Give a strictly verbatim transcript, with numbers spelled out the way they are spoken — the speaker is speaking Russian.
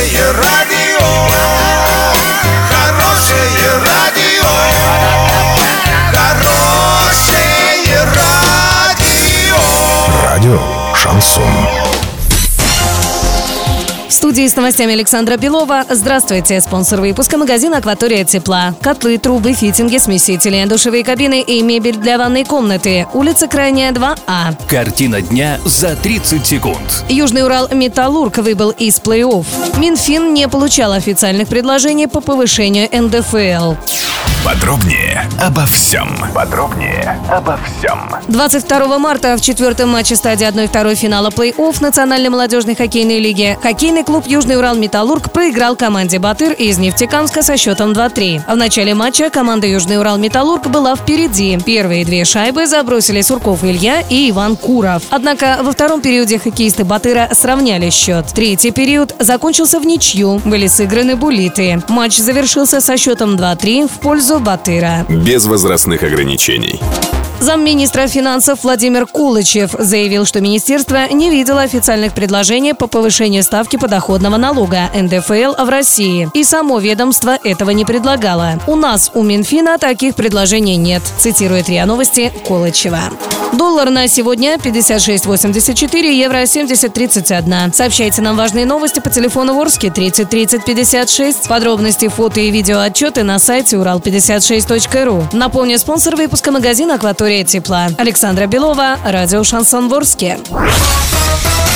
Хорошее радио, хорошее радио, хорошее радио. Радио Шансон. В студии с новостями Александра Белова. Здравствуйте. Спонсор выпуска — магазин «Акватория тепла». Котлы, трубы, фитинги, смесители, душевые кабины и мебель для ванной комнаты. Улица Крайняя, два А. Картина дня за тридцать секунд. Южный Урал «Металлург» выбыл из плей-офф. Минфин не получал официальных предложений по повышению эн дэ эф эл. Подробнее обо всем. Подробнее обо всем. двадцать второго марта в четвертом матче стадии один и два финала плей-офф Национальной молодежной хоккейной лиги хоккейный клуб «Южный Урал Металлург» проиграл команде «Батыр» из Нефтекамска со счетом два-три. В начале матча команда «Южный Урал Металлург» была впереди. Первые две шайбы забросили Сурков Илья и Иван Куров. Однако во втором периоде хоккеисты «Батыра» сравняли счет. Третий период закончился в ничью. Были сыграны буллиты. Матч завершился со счетом два-три в пользу «Батыра». Без возрастных ограничений. Замминистра финансов Владимир Кулычев заявил, что министерство не видело официальных предложений по повышению ставки подоходного налога эн дэ эф эл в России. И само ведомство этого не предлагало. «У нас, у Минфина, таких предложений нет», цитирует РИА Новости Кулычева. Доллар на сегодня пятьдесят шесть восемьдесят четыре, евро семьдесят тридцать один. Сообщайте нам важные новости по телефону Ворске тридцать тридцать пятьдесят шесть. Подробности, фото и видео отчеты на сайте урал пятьдесят шесть точка ру. Напомню, спонсор выпуска — магазин «Акватория тепла». Александра Белова, радио «Шансон» Ворске.